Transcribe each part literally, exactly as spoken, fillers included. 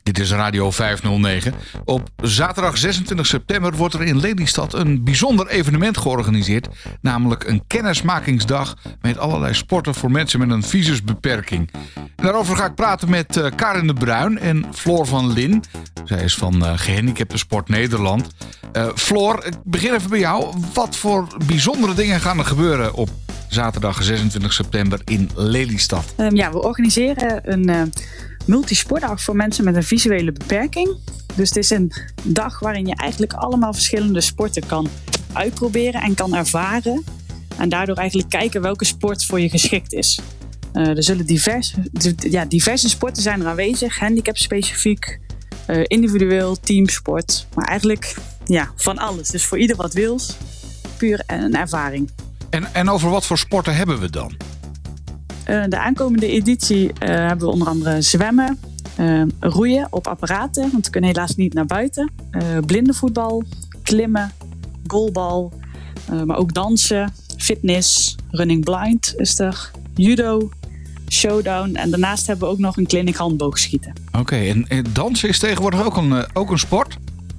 Dit is Radio vijfhonderdnegen. Op zaterdag zesentwintig september wordt er in Lelystad een bijzonder evenement georganiseerd. Namelijk een kennismakingsdag met allerlei sporten voor mensen met een visusbeperking. En daarover ga ik praten met uh, Karin de Bruin en Floor van Lin. Zij is van uh, Gehandicapten Sport Nederland. Uh, Floor, ik begin even bij jou. Wat voor bijzondere dingen gaan er gebeuren op zaterdag zesentwintig september in Lelystad? Um, ja, we organiseren een uh, multisportdag voor mensen met een visuele beperking. Dus het is een dag waarin je eigenlijk allemaal verschillende sporten kan uitproberen en kan ervaren. En daardoor eigenlijk kijken welke sport voor je geschikt is. Uh, er zullen diverse, ja, diverse sporten zijn er aanwezig. Handicap-specifiek, uh, individueel, teamsport. Maar eigenlijk ja, van alles. Dus voor ieder wat wils. Puur een ervaring. En, en over wat voor sporten hebben we dan? Uh, de aankomende editie uh, hebben we onder andere zwemmen, uh, roeien op apparaten, want we kunnen helaas niet naar buiten. Uh, blindenvoetbal, klimmen, goalbal, uh, maar ook dansen, fitness, running blind is er, judo, showdown en daarnaast hebben we ook nog een clinic handboogschieten. Oké, okay, en, en dansen is tegenwoordig ook een, uh, ook een sport?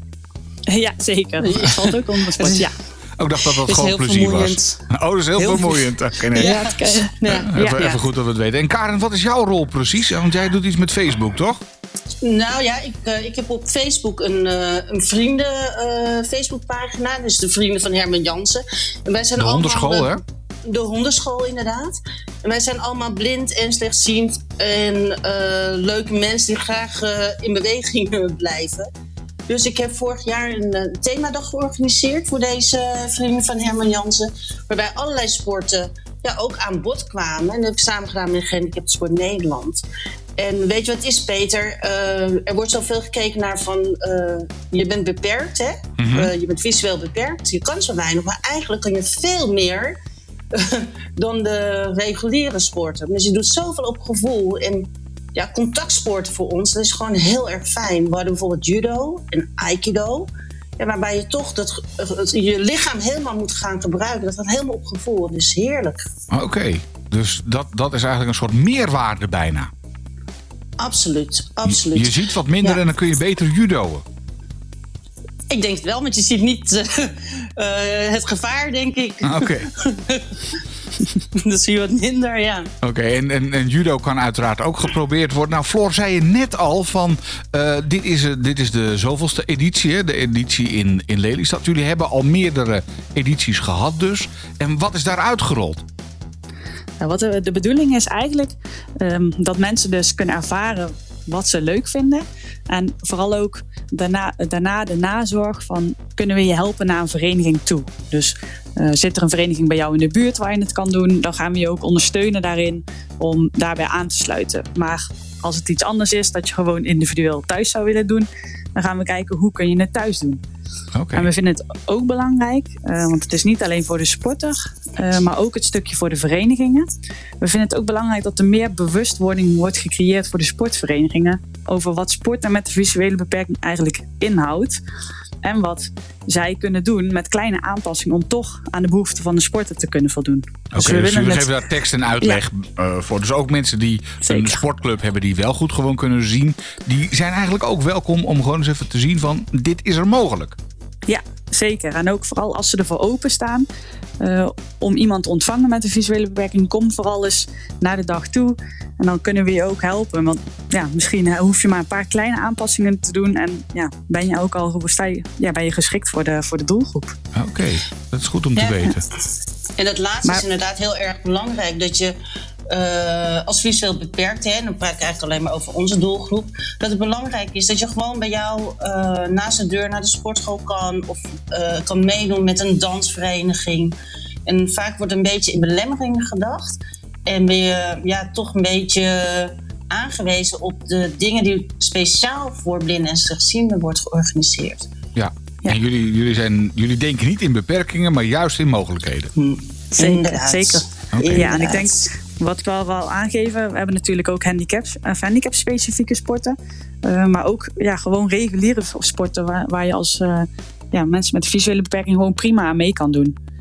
Ja, zeker. Dat valt ook onder de sport, ja. Oh, ik dacht dat dat gewoon plezier vermoeiend. was. Oh, dat is heel, heel vermoeiend. Okay, nee. Ja, het kan, ja. Ja, even, ja, ja. even goed dat we het weten. En Karin, wat is jouw rol precies? Want jij doet iets met Facebook, toch? Nou ja, ik, uh, ik heb op Facebook een, uh, een vrienden uh, Facebookpagina. Dus de Vrienden van Herman Jansen. En wij zijn de hondenschool, allemaal, hè? De hondenschool, inderdaad. En wij zijn allemaal blind en slechtziend. En uh, leuke mensen die graag uh, in beweging blijven. Dus ik heb vorig jaar een uh, themadag georganiseerd voor deze uh, Vrienden van Herman Jansen. Waarbij allerlei sporten ja, ook aan bod kwamen. En dat heb ik samen gedaan met Gehandicapten Sport Nederland. En weet je wat het is, Peter? Uh, er wordt zoveel gekeken naar van... Uh, je bent beperkt, hè? Mm-hmm. Uh, je bent visueel beperkt. Je kan zo weinig, maar eigenlijk kan je veel meer uh, dan de reguliere sporten. Dus je doet zoveel op gevoel. En ja, contactsporten voor ons, dat is gewoon heel erg fijn. We hadden bijvoorbeeld judo en aikido. Ja, waarbij je toch dat, je lichaam helemaal moet gaan gebruiken. Dat gaat helemaal op gevoel. Dat is heerlijk. Oké, okay. Dus dat, dat is eigenlijk een soort meerwaarde bijna. Absoluut, absoluut. Je, je ziet wat minder ja. En dan kun je beter judoën. Ik denk het wel, want je ziet niet uh, uh, het gevaar, denk ik. Oké. Okay. Dat zie je wat minder, ja. Oké, okay, en, en, en judo kan uiteraard ook geprobeerd worden. Nou, Floor, zei je net al van... Uh, dit, is, dit is de zoveelste editie, hè? De editie in, in Lelystad. Jullie hebben al meerdere edities gehad dus. En wat is daar uitgerold? Nou, wat de, de bedoeling is eigenlijk... Um, dat mensen dus kunnen ervaren wat ze leuk vinden. En vooral ook daarna, daarna de nazorg van... kunnen we je helpen naar een vereniging toe? Dus uh, zit er een vereniging bij jou in de buurt waar je het kan doen... dan gaan we je ook ondersteunen daarin om daarbij aan te sluiten. Maar als het iets anders is dat je gewoon individueel thuis zou willen doen... dan gaan we kijken hoe kun je het thuis doen. Okay. En we vinden het ook belangrijk, uh, want het is niet alleen voor de sporter... Uh, maar ook het stukje voor de verenigingen. We vinden het ook belangrijk dat er meer bewustwording wordt gecreëerd voor de sportverenigingen... over wat sporten met de visuele beperking eigenlijk inhoudt... en wat zij kunnen doen met kleine aanpassingen... om toch aan de behoeften van de sporter te kunnen voldoen. Oké, dus, okay, dus jullie geven daar tekst en uitleg ja. uh, voor. Dus ook mensen die Zeker. Een sportclub hebben die wel goed gewoon kunnen zien... die zijn eigenlijk ook welkom om gewoon eens even te zien van... dit is er mogelijk. Ja, zeker. En ook vooral als ze ervoor openstaan... Uh, om iemand te ontvangen met een visuele beperking... kom vooral eens naar de dag toe. En dan kunnen we je ook helpen. Want ja, misschien hoef je maar een paar kleine aanpassingen te doen... en ja, ben je ook al je, ja, ben je geschikt voor de, voor de doelgroep. Oké, okay. Dat is goed om te ja. weten. En dat laatste maar, is inderdaad heel erg belangrijk... dat je uh, als visueel beperkt... hè, dan praat ik eigenlijk alleen maar over onze doelgroep... dat het belangrijk is dat je gewoon bij jou... Uh, naast de deur naar de sportschool kan... of uh, kan meedoen met een dansvereniging... En vaak wordt een beetje in belemmeringen gedacht. En ben je ja, toch een beetje aangewezen op de dingen die speciaal voor blinden en slechtzienden wordt georganiseerd. Ja, ja. En jullie, jullie, zijn, jullie denken niet in beperkingen, maar juist in mogelijkheden. Hm. Zeker, zeker. Okay. Ja, en ik denk, wat we al wel aangeven, we hebben natuurlijk ook handicaps, uh, handicap-specifieke sporten. Uh, maar ook ja, gewoon reguliere sporten waar, waar je als uh, ja, mensen met een visuele beperking gewoon prima aan mee kan doen.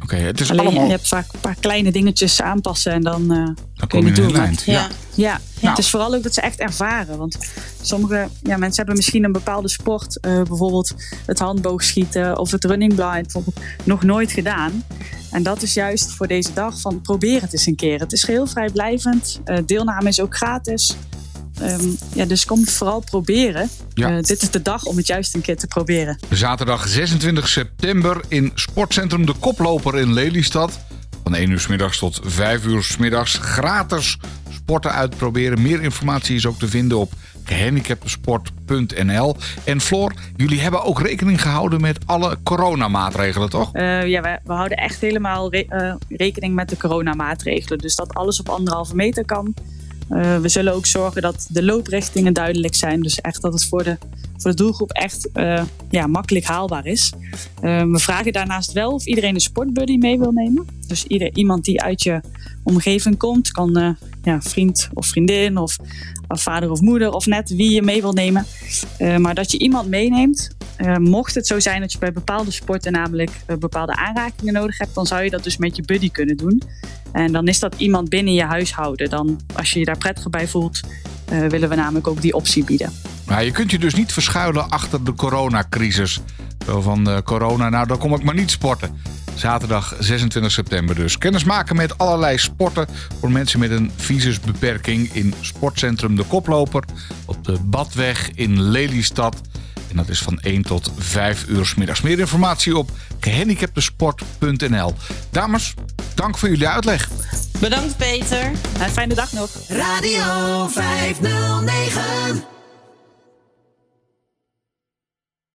okay, het is Alleen allemaal... je hebt vaak een paar kleine dingetjes aanpassen en dan, uh, dan kom je in het eind. Ja. Ja, ja. Nou. Het is vooral ook dat ze echt ervaren. Want sommige ja, mensen hebben misschien een bepaalde sport, uh, bijvoorbeeld het handboogschieten of het running blind, bijvoorbeeld, nog nooit gedaan. En dat is juist voor deze dag van probeer het eens een keer. Het is geheel vrijblijvend. Uh, deelname is ook gratis. Um, ja, dus kom het vooral proberen. Ja. Uh, dit is de dag om het juist een keer te proberen. Zaterdag zesentwintig september in Sportcentrum De Koploper in Lelystad. Van één uur 's middags tot vijf uur 's middags gratis sporten uitproberen. Meer informatie is ook te vinden op gehandicaptensport punt n l. En Floor, jullie hebben ook rekening gehouden met alle coronamaatregelen, toch? Uh, ja, we, we houden echt helemaal re- uh, rekening met de coronamaatregelen. Dus dat alles op anderhalve meter kan. Uh, we zullen ook zorgen dat de looprichtingen duidelijk zijn. Dus echt dat het voor de, voor de doelgroep echt uh, ja, makkelijk haalbaar is. Uh, we vragen daarnaast wel of iedereen een sportbuddy mee wil nemen. Dus ieder, iemand die uit je omgeving komt. Kan uh, ja, vriend of vriendin of, of vader of moeder of net wie je mee wil nemen. Uh, maar dat je iemand meeneemt. Uh, mocht het zo zijn dat je bij bepaalde sporten namelijk uh, bepaalde aanrakingen nodig hebt. Dan zou je dat dus met je buddy kunnen doen. En dan is dat iemand binnen je huishouden. Dan, als je je daar prettig bij voelt, uh, willen we namelijk ook die optie bieden. Maar je kunt je dus niet verschuilen achter de coronacrisis. Zo van uh, corona, nou dan kom ik maar niet sporten. Zaterdag zesentwintig september dus. Kennis maken met allerlei sporten voor mensen met een visusbeperking in Sportcentrum De Koploper op de Badweg in Lelystad. En dat is van één tot vijf uur 's middags. Meer informatie op gehandicaptensport punt n l. Dames, dank voor jullie uitleg. Bedankt Peter. Een fijne dag nog. Radio vijfhonderdnegen